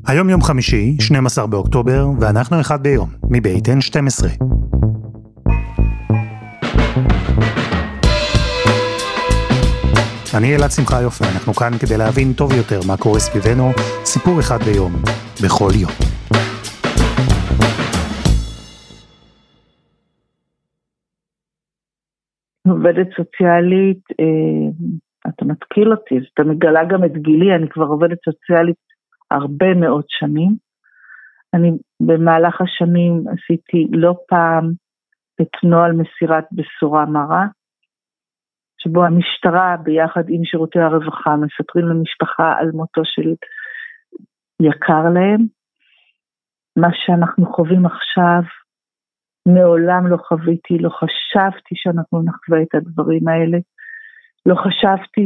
היום יום חמישי, 12 באוקטובר, ואנחנו אחד ביום, מבית N12. אני אלעד שמחה יופי, אנחנו כאן כדי להבין טוב יותר מה קורה סביבנו, סיפור אחד ביום, בכל יום. עובדת סוציאלית, אתה מתקיל אותי, אתה מגלה גם את גילי, אני כבר עובדת סוציאלית הרבה מאוד שנים. אני במהלך השנים עשיתי לא פעם את נוהל מסירת בשורה מרה, שבו המשטרה ביחד עם שירותי הרווחה מספרים למשפחה על מותו של יקר להם. מה שאנחנו חווים עכשיו, מעולם לא חוויתי, לא חשבתי שאנחנו נחווה את הדברים האלה, לא חשבתי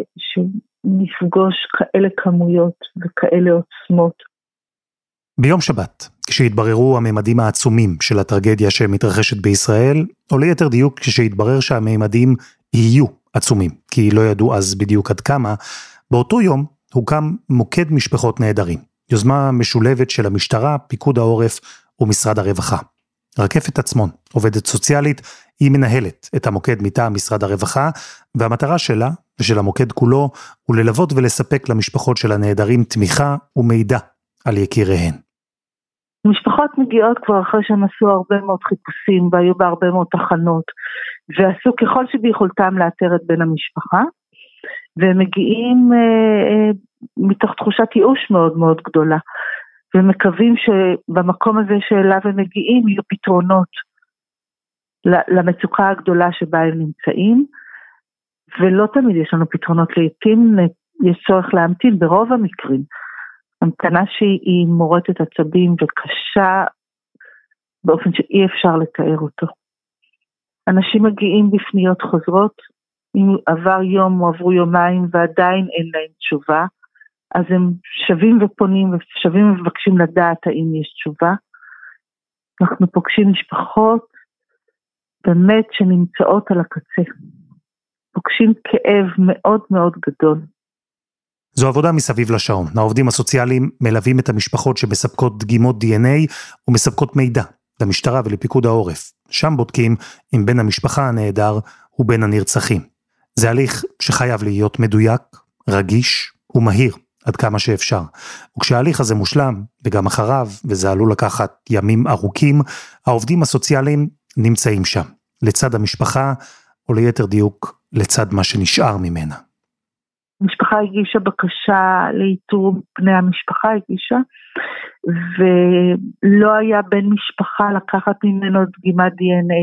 שנפגוש כאלה כמויות וכאלה עוצמות. ביום שבת, כשהתבררו הממדים העצומים של הטרגדיה שמתרחשת בישראל, או ליתר דיוק כשהתברר שהממדים יהיו עצומים, כי לא ידעו אז בדיוק עד כמה, באותו יום הוקם מוקד משפחות נהדרים, יוזמה משולבת של המשטרה, פיקוד העורף ומשרד הרווחה. רקפת עצמון, עובדת סוציאלית, היא מנהלת את המוקד מטעם משרד הרווחה, והמטרה שלה ושל המוקד כולו הוא ללוות ולספק למשפחות של הנהדרים תמיכה ומידע על יקיריהן. משפחות מגיעות כבר אחרי שהם עשו הרבה מאוד חיפושים, והיו בהרבה מאוד תחנות, ועשו ככל שביכולתם לאתר את בן המשפחה, והם מגיעים מתוך תחושת ייאוש מאוד מאוד גדולה, ומקווים שבמקום הזה שאליו הם מגיעים יהיו פתרונות למצוקה הגדולה שבה הם נמצאים, ולא תמיד יש לנו פתרונות, לעתים יש צורך להמתין ברוב המקרים. המתנה שהיא מורטת עצבים וקשה באופן שאי אפשר לתאר אותו. אנשים מגיעים בפניות חוזרות, אם עבר יום או עברו יומיים ועדיין אין להם תשובה, אז הם שווים ופונים ושווים ומבקשים לדעת האם יש תשובה. אנחנו פוגשים משפחות באמת שנמצאות על הקצה. פוגשים כאב מאוד מאוד גדול. זו עבודה מסביב לשעון. העובדים הסוציאליים מלווים את המשפחות שמספקות דגימות DNA ומספקות מידע למשטרה ולפיקוד העורף. שם בודקים אם בן המשפחה הנהדר הוא בן הנרצחים. זה הליך שחייב להיות מדויק, רגיש ומהיר עד כמה שאפשר. וכשההליך הזה מושלם, וגם אחריו, וזה עלול לקחת ימים ארוכים, העובדים הסוציאליים נמצאים שם, לצד המשפחה, או ליתר דיוק, לצד מה שנשאר ממנה. המשפחה הגישה בקשה לאיתור בני המשפחה, ולא היה בן משפחה לקחת ממנו דגימת DNA.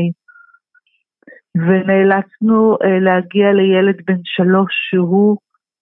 ונאלצנו להגיע לילד בן 3 שהוא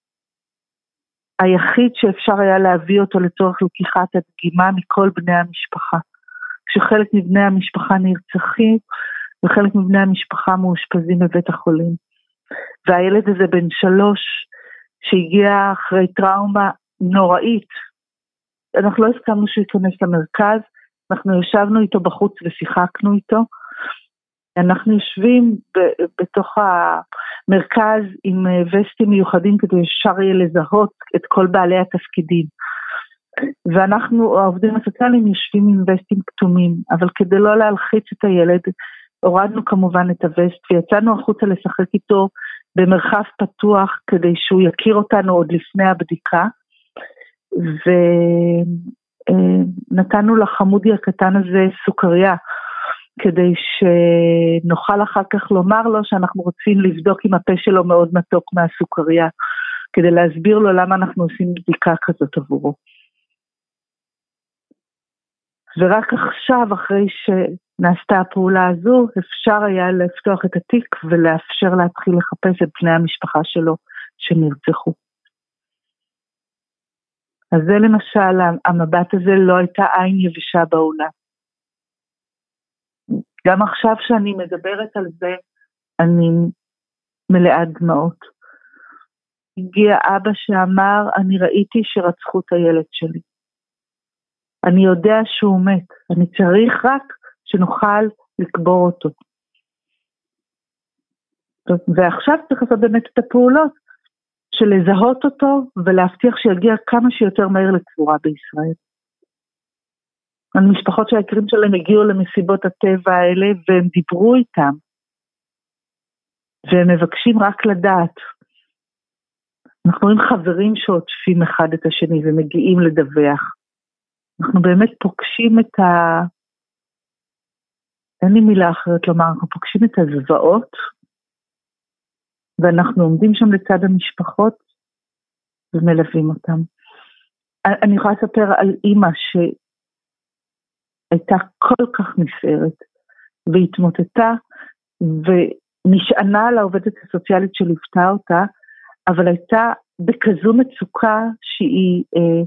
היחיד שאפשר היה להביא אותו לצורך לקיחת הדגימה מכל בני המשפחה. כשחלק מבני המשפחה נרצחים, וחלק מבני המשפחה מאושפזים בבית החולים. והילד הזה בן 3, שהגיע אחרי טראומה נוראית, אנחנו לא הסכמנו שיכנס למרכז, אנחנו ישבנו איתו בחוץ ושיחקנו איתו, אנחנו יושבים בתוך המרכז עם וסטים מיוחדים כדי שאפשר יהיה לזהות את כל בעלי התפקידים. ואנחנו, העובדים הסוציאליים, יושבים עם וסטים כתומים, אבל כדי לא להלחיץ את הילד, הורדנו כמובן את הווסט, ויצאנו החוצה לשחק איתו במרחב פתוח, כדי שהוא יכיר אותנו עוד לפני הבדיקה, ונתנו לחמודי הקטן הזה סוכריה, כדי שנוכל אחר כך לומר לו שאנחנו רוצים לבדוק אם הפה שלו מאוד מתוק מהסוכריה, כדי להסביר לו למה אנחנו עושים בדיקה כזאת עבורו. ורק עכשיו, אחרי שנעשתה הפעולה הזו, אפשר היה לפתוח את התיק ולאפשר להתחיל לחפש את בני המשפחה שלו שנרצחו. אז זה למשל, המבט הזה לא הייתה עין יבשה בעולם. גם עכשיו שאני מדברת על זה, אני מלאה דמעות. הגיע אבא שאמר, אני ראיתי שרצחו את הילד שלי. אני יודע שהוא מת, אני צריך רק שנוכל לקבור אותו. ועכשיו צריך לעשות באמת את הפעולות, של לזהות אותו ולהבטיח שיגיע כמה שיותר מהר לקבורה בישראל. המשפחות שהיקרים שלהם הגיעו למסיבות הטבע האלה והם דיברו איתם. והם מבקשים רק לדעת. אנחנו רואים חברים שעוטפים אחד את השני ומגיעים לדווח. אנחנו באמת פוגשים את אין לי מילה אחרת לומר, אנחנו פוגשים את הזוועות, ואנחנו עומדים שם לצד המשפחות, ומלווים אותם. אני יכולה לספר על אימא שהייתה כל כך נסערת, והתמוטטה, ונשענה על העובדת הסוציאלית שליוותה אותה, אבל הייתה בכזו מצוקה שהיא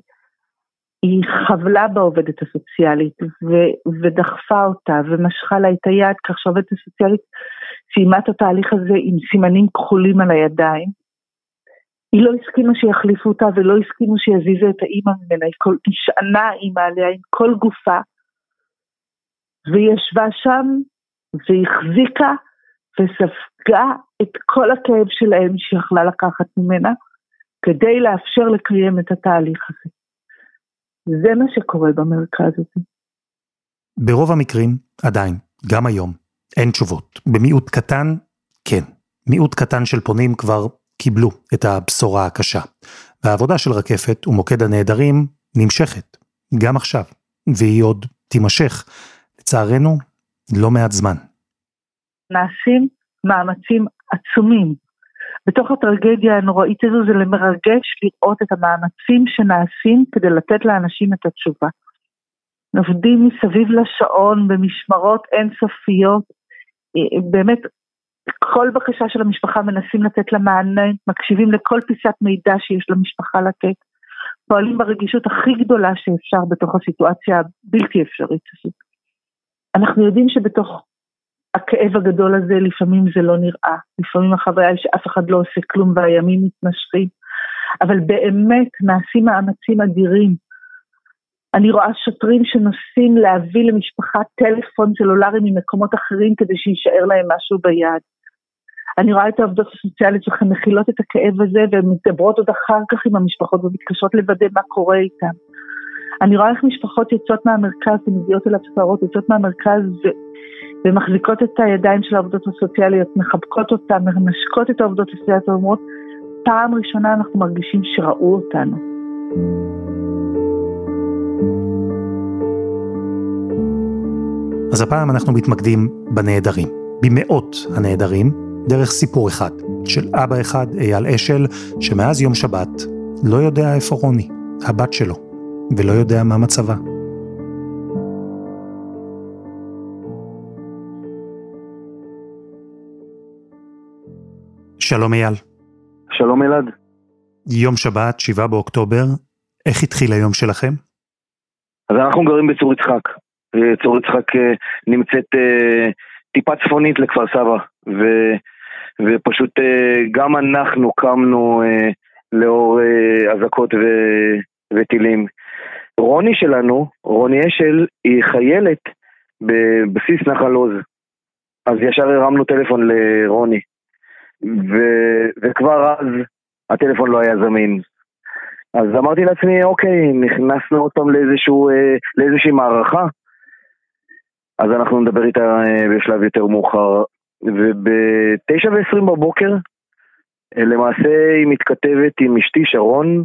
חבלה בעובדת הסוציאלית ודחפה אותה ומשכה לה את היד, כך שהעובדת הסוציאלית סיימה את התהליך הזה עם סימנים כחולים על הידיים. היא לא הסכימה שיחליפו אותה ולא הסכימו שיזיזו את האמא ממנה, היא נשענה אימא עליה עם כל גופה, והיא ישבה שם והחזיקה וספגה את כל הכאב שלהם שיכלה לקחת ממנה, כדי לאפשר לקיים את התהליך הזה. זה מה שקורה במרכז הזה. ברוב המקרים, עדיין, גם היום, אין תשובות. במיעוט קטן, כן. מיעוט קטן של פונים כבר קיבלו את הבשורה הקשה. והעבודה של רקפת ומוקד הנעדרים נמשכת, גם עכשיו, והיא עוד תימשך, לצערנו, לא מעט זמן. נעשים מאמצים עצומים. בתוך הטרגדיה הנוראית הזו זה למרגש לראות את המאמצים שנעשים כדי לתת לאנשים את התשובה. עובדים מסביב לשעון במשמרות אינסופיות, באמת כל בקשה של המשפחה מנסים לתת לה מענה, מקשיבים לכל פיסת מידע שיש למשפחה לתת, פועלים ברגישות הכי גדולה שאפשר בתוך הסיטואציה הבלתי אפשרית הזו. אנחנו יודעים שבתוך הכאב הגדול הזה לפעמים זה לא נראה, לפעמים החוויה היא שאף אחד לא עושה כלום והימים מתמשכים, אבל באמת נעשים מאמצים אדירים. אני רואה שוטרים שנוסעים להביא למשפחה טלפון סלולרי ממקומות אחרים כדי שישאר להם משהו ביד. אני רואה את העובדות הסוציאליות שלכם מכילות את הכאב הזה והן מדברות עוד אחר כך עם המשפחות ומתקשות לוודא מה קורה איתם. אני רואה איך משפחות יוצאות מהמרכז ומגיעות אליו ספרות, יוצאות מהמרכז ומחזיקות את הידיים של העובדות הסוציאליות, מחבקות אותן, מנשקות את העובדות הסוציאליות ואומרות, פעם ראשונה אנחנו מרגישים שראו אותנו. אז הפעם אנחנו מתמקדים בנעדרים, במאות הנעדרים, דרך סיפור אחד, של אבא אחד, אייל אשל, שמאז יום שבת לא יודע איפה רוני, הבת שלו, ולא יודע מה מצבה. שלום אייל. שלום אלעד. יום שבת, 7 באוקטובר, איך התחיל היום שלכם? אז אנחנו גרים בצור יצחק. צור יצחק נמצאת טיפה צפונית לכפר סבא, ופשוט גם אנחנו קמנו לאור אזעקות וטילים. רוני שלנו, רוני אשל, היא חיילת בבסיס נחל עוז. אז ישר הרמנו טלפון לרוני. וכבר אז הטלפון לא היה זמין. אז אמרתי לעצמי, אוקיי, נכנסנו אותם לאיזושהי מערכה, אז אנחנו נדבר איתה בשלב יותר מאוחר. וב-9:20 בבוקר, למעשה היא מתכתבת עם אשתי שרון,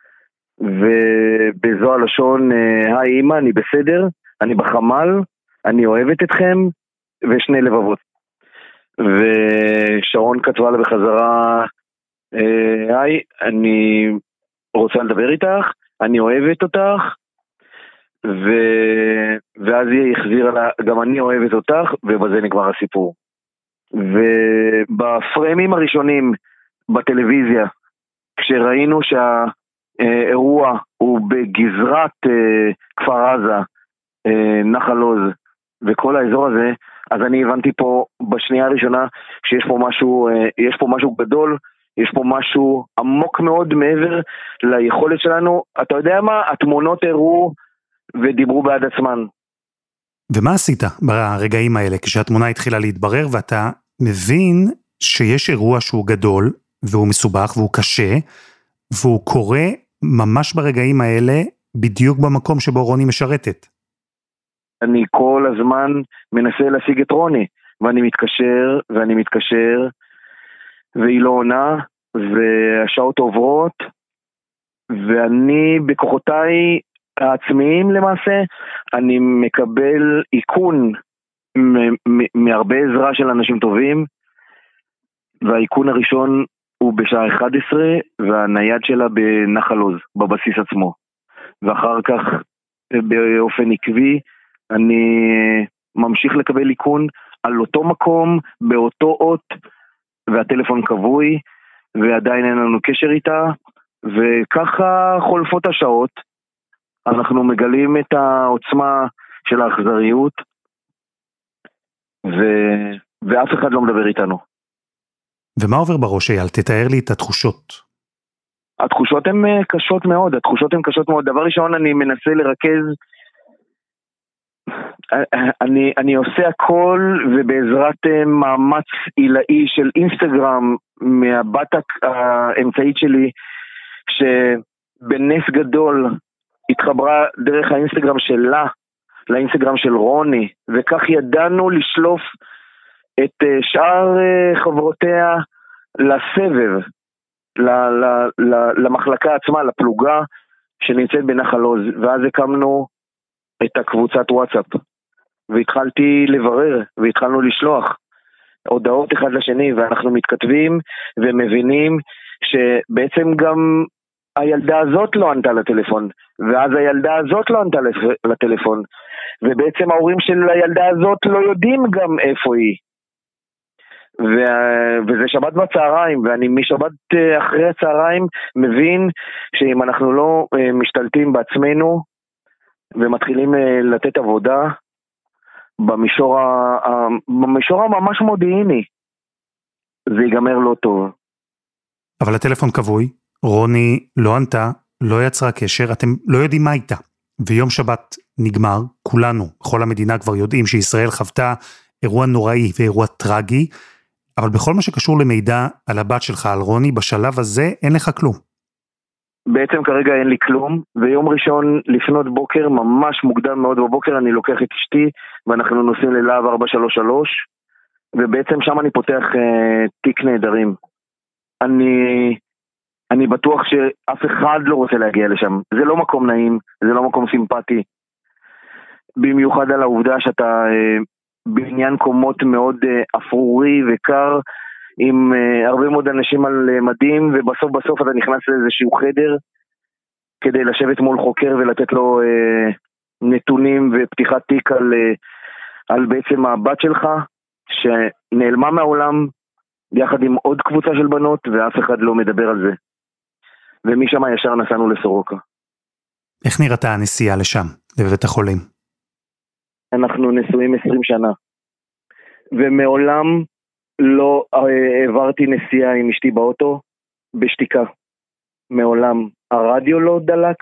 ובזו הלשון, היי אמא, אני בסדר, אני בחמ"ל, אני אוהבת אתכם, ושני לבבות. ושרון כתבה לה בחזרה, היי, אני רוצה לדבר איתך, אני אוהבת אותך, ואז היא החזירה לה, גם אני אוהבת אותך, ובזה נגמר הסיפור. ובפריימים הראשונים בטלוויזיה, כשראינו שהאירוע הוא בגזרת כפר עזה, נחל עוז, וכל האזור הזה, אז אני הבנתי פה בשנייה הראשונה שיש פה משהו, יש פה משהו גדול, יש פה משהו עמוק מאוד מעבר ליכולת שלנו. אתה יודע מה? התמונות הראו ודיברו בעד עצמן. ומה עשית ברגעים האלה כשהתמונה התחילה להתברר ואתה מבין שיש אירוע שהוא גדול והוא מסובך והוא קשה, והוא קורה ממש ברגעים האלה, בדיוק במקום שבו רוני משרתת. אני כל הזמן מנסה להשיג את רוני, ואני מתקשר, והיא לא עונה, והשעות עוברות, ואני בכוחותיי העצמיים למעשה, אני מקבל עיקון מהרבה עזרה של אנשים טובים, והעיקון הראשון הוא בשעה 11, והנייד שלה בנחל עוז, בבסיס עצמו. ואחר כך באופן עקבי, אני ממשיך לקבל עיקון על אותו מקום, באותו אות, והטלפון כבוי, ועדיין אין לנו קשר איתה, וככה חולפות השעות, אנחנו מגלים את העוצמה של האכזריות, ואף אחד לא מדבר איתנו. ומה עובר בראש, אייל? תתאר לי את התחושות. התחושות הן קשות מאוד, דבר ראשון, אני מנסה לרכז, אני עושה הכל, ובעזרת מאמץ עילאי של אינסטגרם, מהבת האמצעית שלי, שבנס גדול התחברה דרך האינסטגרם שלה, לאינסטגרם של רוני, וכך ידענו לשלוף את שאר חברותיה לסבב, למחלקה עצמה, לפלוגה שנמצאת בנחל עוז, ואז הקמנו את הקבוצת וואטסאפ, והתחלתי לברר, והתחלנו לשלוח הודעות אחד לשני, ואנחנו מתכתבים ומבינים שבעצם גם הילדה הזאת לא ענתה לטלפון, ואז הילדה הזאת לא ענתה לטלפון, ובעצם ההורים של הילדה הזאת לא יודעים גם איפה היא. וזה שבת בצהריים, ואני משבת אחרי הצהריים מבין שאם אנחנו לא משתלטים בעצמנו ומתחילים לתת עבודה במישור הממש מודיעיני, זה ייגמר לא טוב. אבל הטלפון כבוי, רוני לא ענתה, לא יצרה קשר, אתם לא יודעים מה הייתה. ויום שבת נגמר, כולנו, בכל המדינה כבר יודעים שישראל חוותה אירוע נוראי ואירוע טרגי, אבל בכל מה שקשור למידע על הבת שלך, על רוני, בשלב הזה אין לך כלום. בעצם כרגע אין לי כלום, ויום ראשון לפנות בוקר, ממש מוקדם מאוד בבוקר, אני לוקח את אשתי, ואנחנו נוסעים ללהב 433, ובעצם שם אני פותח תיק נהדרים. אני בטוח שאף אחד לא רוצה להגיע לשם. זה לא מקום נעים, זה לא מקום סימפטי. במיוחד על העובדה שאתה בעניין קומות מאוד אפרורי וקר, עם הרבה מאוד אנשים על מדים, ובסוף אתה נכנס לאיזשהו חדר, כדי לשבת מול חוקר ולתת לו נתונים ופתיחת תיק על בעצם הבת שלך, שנעלמה מהעולם, יחד עם עוד קבוצה של בנות, ואף אחד לא מדבר על זה. ומשם ישר נסענו לסורוקה. איך נראתה הנסיעה לשם, לבית החולים? אנחנו נשואים 20 שנה, ומעולם לא העברתי נסיעה עם אשתי באוטו בשתיקה. מעולם. הרדיו לא דלק,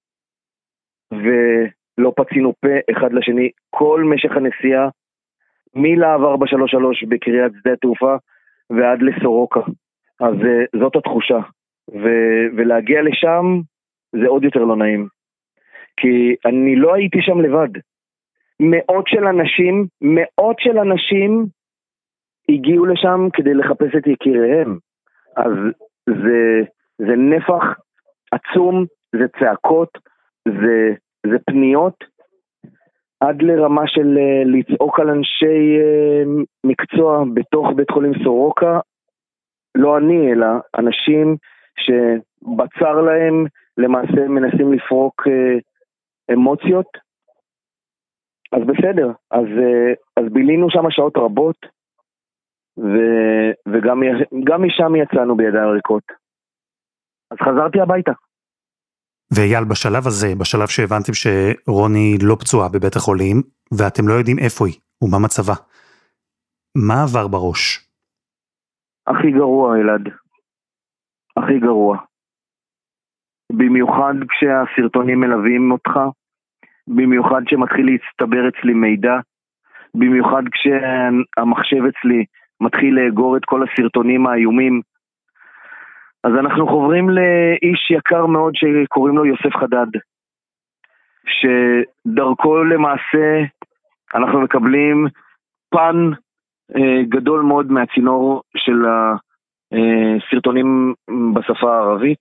ולא פצינו פה אחד לשני. כל משך הנסיעה, מלהב 433 בקריית שדה התעופה, ועד לסורוקה. אז זאת התחושה. ולהגיע לשם, זה עוד יותר לא נעים. כי אני לא הייתי שם לבד. מאות של אנשים הגיעו לשם כדי לחפש את יקיריהם. אז זה נפח עצום, זה צעקות, זה פניות, עד לרמה של לצעוק על אנשי מקצוע בתוך בית חולים סורוקה, לא אני, אלא אנשים שבצר להם למעשה מנסים לפרוק אמוציות. אז בסדר, אז בילינו שם שעות רבות, וגם משם יצאנו בידיים ריקות. אז חזרתי הביתה. ואייל, בשלב הזה, בשלב שהבנתם שרוני לא פצועה בבית החולים, ואתם לא יודעים איפה היא, ומה מצבה, מה עבר בראש? הכי גרוע, אלעד. הכי גרוע. במיוחד כשהסרטונים מלווים אותך, במיוחד שמתחיל להצטבר אצלי מידע, במיוחד כשהמחשב אצלי מתחיל לאגור את כל הסרטונים האיומים, אז אנחנו חוברים לאיש יקר מאוד שקוראים לו יוסף חדד, שדרכו למעשה אנחנו מקבלים פן גדול מאוד מהצינור של הסרטונים בשפה הערבית.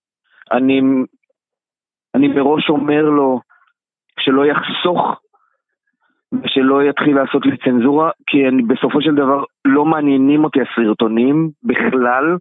אני מראש אומר לו שלא יחסוך ושלא יתחיל לעשות לי צנזורה, כי בסופו של דבר לא מעניינים אותי הסרטונים בכלל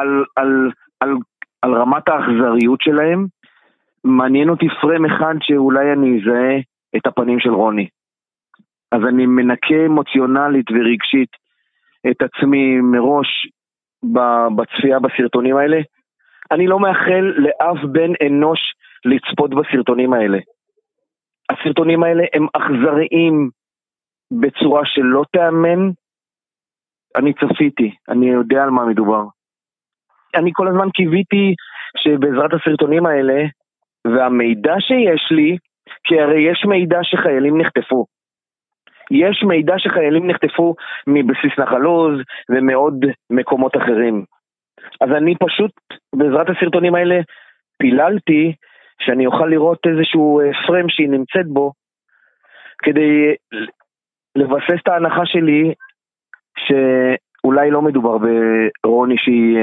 על רמת האכזריות שלהם. מעניין אותי פריים אחד שאולי אני אזהה את הפנים של רוני. אז אני מנקה אמוציונלית ורגשית את עצמי מראש בצפייה בסרטונים האלה. אני לא מאחל לאף בן אנוש לצפות בסרטונים האלה. הסרטונים האלה הם אכזריים בצורה שלא תאמן. אני צפיתי, אני יודע על מה מדובר. אני כל הזמן קיוויתי שבעזרת הסרטונים האלה והמידע שיש לי, כי הרי יש מידע שחיילים נחטפו. יש מידע שחיילים נחטפו מבסיס נחל עוז ומעוד מקומות אחרים. אז אני פשוט בעזרת הסרטונים האלה פיללתי שאני אוכל לראות איזשהו פריים שהיא נמצאת בו, כדי לבסס את ההנחה שלי שאולי לא מדובר ברוני שהיא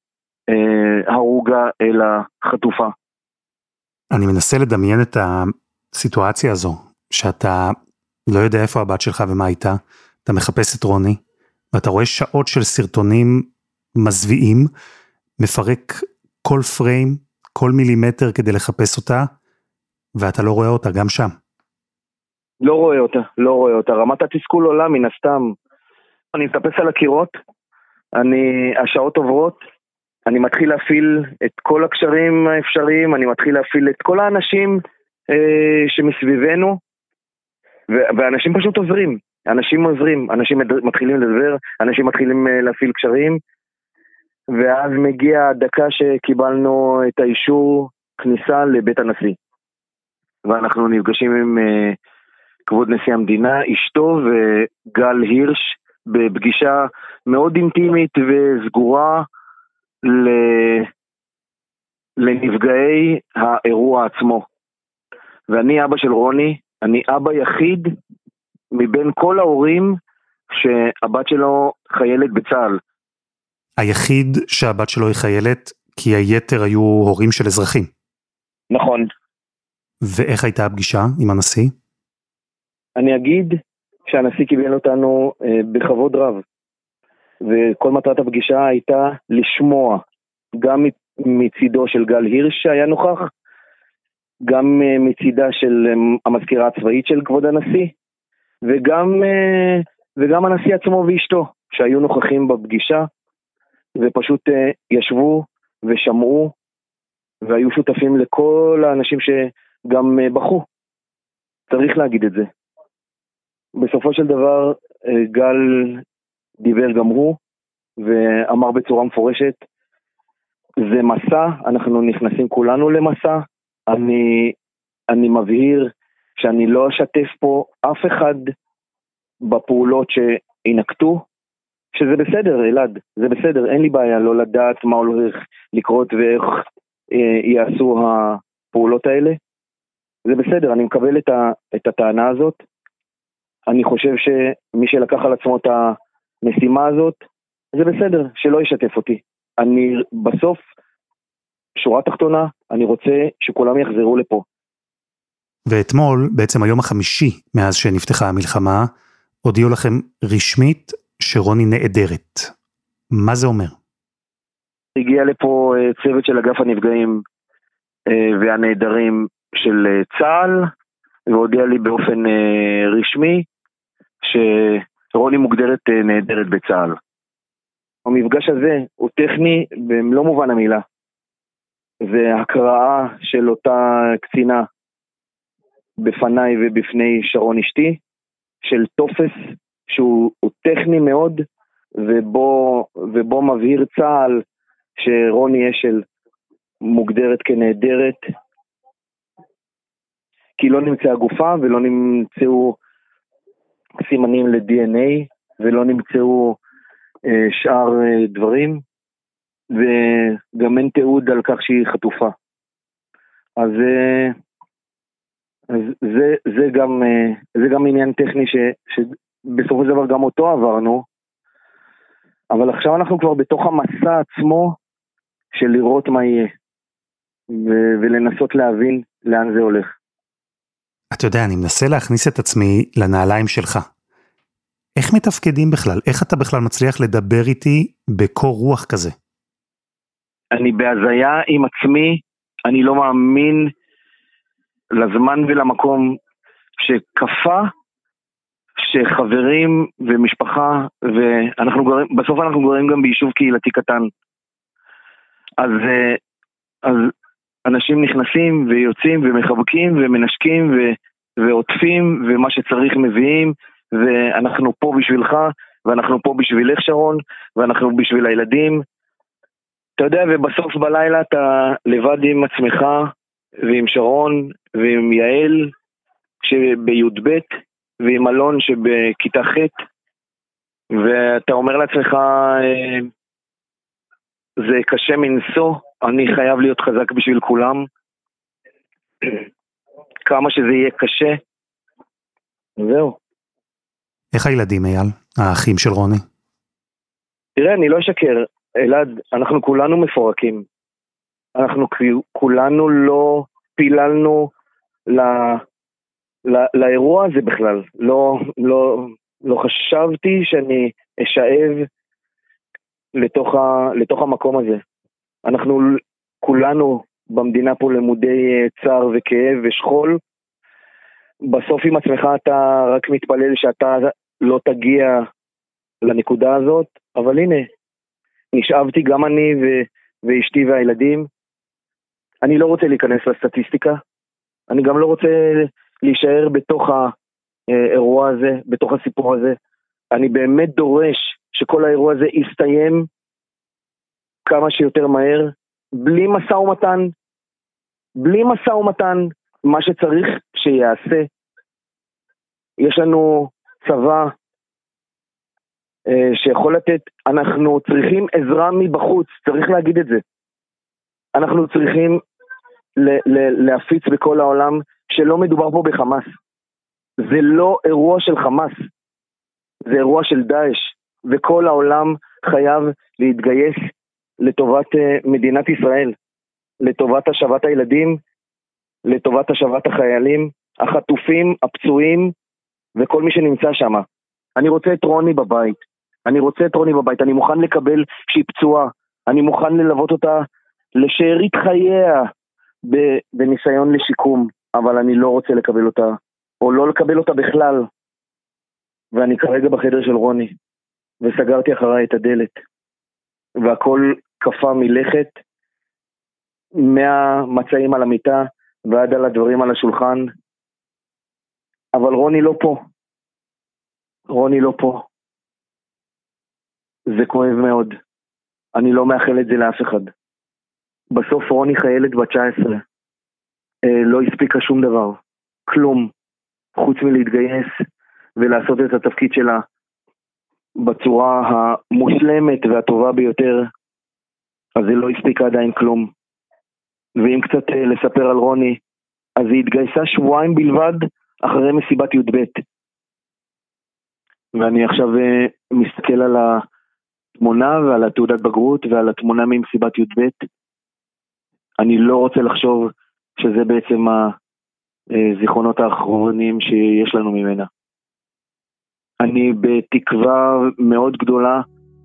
הרוגה אלא חטופה. אני מנסה לדמיין את הסיטואציה הזו, שאתה לא יודע איפה הבת שלך ומה הייתה, אתה מחפש את רוני, ואתה רואה שעות של סרטונים מזוויעים, מפרק כל פריים, כל מילימטר כדי לחפש אותה, ואתה לא רואה אותה גם שם. לא רואה אותה. רמת התסכול עולה מן הסתם. אני מטפס על הקירות, השעות עוברות, אני מתחיל להפעיל את כל הקשרים האפשריים, אני מתחיל להפעיל את כל האנשים שמסביבנו, ואנשים פשוט עוזרים, אנשים מתחילים לדבר, אנשים מתחילים להפעיל קשרים, ואז מגיעה הדקה שקיבלנו את האישור כניסה לבית הנשיא. ואנחנו נפגשים עם כבוד נשיא המדינה, אשתו וגל הירש, בפגישה מאוד אינטימית וסגורה לנפגעי האירוע עצמו. ואני אבא של רוני, אני אבא יחיד מבין כל ההורים שהבת שלו חיילת בצה"ל. היחיד שהבת שלו היא חיילת, כי היתר היו הורים של אזרחים. נכון. ואיך הייתה הפגישה עם הנשיא? אני אגיד שהנשיא קיבל אותנו בכבוד רב, וכל מטרת הפגישה הייתה לשמוע, גם מצידו של גל הירש שהיה נוכח, גם מצידה של המזכירה הצבאית של כבוד הנשיא, וגם הנשיא עצמו ואשתו, שהיו נוכחים בפגישה, ופשוט ישבו ושמעו, והיו שותפים לכל האנשים שגם בחו. צריך להגיד את זה. בסופו של דבר, גל דיבר גם הוא, ואמר בצורה מפורשת, זה מסע, אנחנו נכנסים כולנו למסע, אני מבהיר שאני לא אשתף פה אף אחד בפעולות שינקטו, שזה בסדר, אלעד, זה בסדר, אין לי בעיה לא לדעת מה הולך לקרות ואיך יעשו הפעולות האלה, זה בסדר, אני מקבל את הטענה הזאת, אני חושב שמי שלקח על עצמו את המשימה הזאת, זה בסדר, שלא ישתף אותי. אני בסוף, שורה תחתונה, אני רוצה שכולם יחזרו לפה. ואתמול, בעצם היום החמישי מאז שנפתחה המלחמה, הודיעו לכם רשמית שרוני נעדרת. מה זה אומר? הגיע לפה צוות של אגף הנפגעים והנעדרים של צה"ל, והודיע לי באופן רשמי שרוני מוגדרת נעדרת בצה"ל. המפגש הזה הוא טכני במלוא מובן המילה. זה הקראה של אותה קצינה בפניי ובפני שרון אשתי, של טופס שהוא טכני מאוד, ובו מבהיר צה"ל שרוני אשל מוגדרת כנעדרת, כי לא נמצאה גופה ולא נמצאו סימנים ל-DNA ולא נמצאו שאר דברים. וגם אין תיעוד על כך שהיא חטופה. אז זה גם עניין טכני שבסופו של דבר גם אותו עברנו, אבל עכשיו אנחנו כבר בתוך המסע עצמו של לראות מה יהיה, ולנסות להבין לאן זה הולך. אתה יודע, אני מנסה להכניס את עצמי לנעליים שלך. איך מתפקדים בכלל? איך אתה בכלל מצליח לדבר איתי בקור רוח כזה? אני בהזיה עם עצמי, אני לא מאמין לזמן ולמקום שקפה, שחברים ומשפחה, בסוף אנחנו גרים גם ביישוב קהילתי קטן. אז אנשים נכנסים ויוצאים ומחבקים ומנשקים ועוטפים, ומה שצריך מביאים, ואנחנו פה בשבילך, ואנחנו פה בשבילך שרון, ואנחנו בשביל הילדים. אתה יודע, ובסוף בלילה אתה לבד עם עצמך, ועם שרון, ועם יעל, שבי"ב, ועם אלון שבכיתה ח', ואתה אומר לעצמך, זה קשה מנשוא, אני חייב להיות חזק בשביל כולם, כמה שזה יהיה קשה, וזהו. איך הילדים, אייל? האחים של רוני? תראה, אני לא אשקר, אלעד, אנחנו כולנו מפורקים. אנחנו כולנו לא פיללנו לאירוע הזה בכלל. לא חשבתי שאני אשאב לתוך המקום הזה. אנחנו כולנו במדינה פה למודי צער וכאב ושכול. בסוף עם עצמך אתה רק מתפלל שאתה לא תגיע לנקודה הזאת, אבל הנה, נשאבתי גם אני ואשתי והילדים. אני לא רוצה להיכנס לסטטיסטיקה, אני גם לא רוצה להישאר בתוך האירוע הזה, בתוך הסיפור הזה. אני באמת דורש שכל האירוע הזה יסתיים כמה שיותר מהר, בלי משא ומתן, מה שצריך שיעשה. יש לנו צבא שיכול לתת, אנחנו צריכים עזרה מבחוץ, צריך להגיד את זה. אנחנו צריכים להפיץ בכל העולם שלא מדובר פה בחמאס. זה לא אירוע של חמאס, זה אירוע של דאעש, וכל העולם חייב להתגייס לטובת מדינת ישראל, לטובת השבת הילדים, לטובת השבת החיילים, החטופים, הפצועים, וכל מי שנמצא שם. אני רוצה את רוני בבית, אני מוכן לקבל שהיא פצועה, אני מוכן ללוות אותה לשארית חייה בניסיון לשיקום, אבל אני לא רוצה לקבל אותה, או לא לקבל אותה בכלל. ואני כרגע בחדר של רוני, וסגרתי אחריי את הדלת, והכל קפה מלכת, מהמצעים על המיטה, ועד על הדברים על השולחן, אבל רוני לא פה. זה כואב מאוד. אני לא מאחל את זה לאף אחד. בסוף רוני חיילת בת 19. לא הספיקה שום דבר. כלום. חוץ מלהתגייס ולעשות את התפקיד שלה בצורה המושלמת והטובה ביותר. אז היא לא הספיקה עדיין כלום. ואם קצת לספר על רוני, אז היא התגייסה שבועיים בלבד אחרי מסיבת י"ב. ואני עכשיו מסתכל על התמונה ועל התעודת בגרות ועל התמונה ממסיבת י"ב. אני לא רוצה לחשוב שזה בעצם הזיכרונות האחרונים שיש לנו ממנה. אני בתקווה מאוד גדולה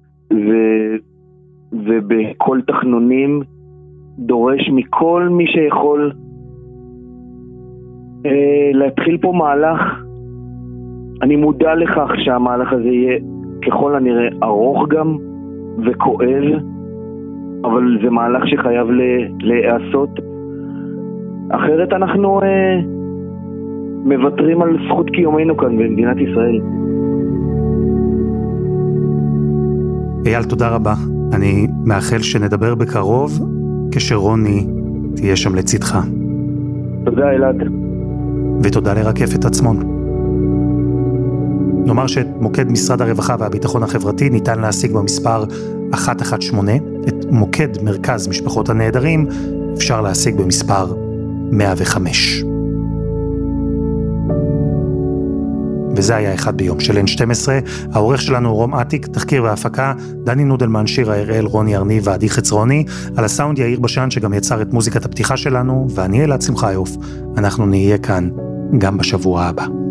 ובכל תחנונים דורש מכל מי שיכול להתחיל פה מהלך. אני מודע לכך שהמהלך הזה יהיה ככל הנראה ארוך גם וכואב, אבל זה מהלך שחייב להיעשות, אחרת אנחנו מוותרים על זכות קיומנו כאן במדינת ישראל. אייל, תודה רבה. אני מאחל שנדבר בקרוב כשרוני תהיה שם לצדך. תודה אלעד. ותודה לרקפת עצמון. נאמר שאת מוקד משרד הרווחה והביטחון החברתי ניתן להשיג במספר 118, את מוקד מרכז משפחות הנעדרים, אפשר להשיג במספר 105. וזה היה אחד ביום של N12, העורך שלנו רום עתיק, תחקיר והפקה, דני נודלמן, שירה הראל, רוני ארני ועדי חצרוני, על הסאונד יאיר בשן שגם יצר את מוזיקת הפתיחה שלנו, ואני אלעד שמחיוף, אנחנו נהיה כאן גם בשבוע הבא.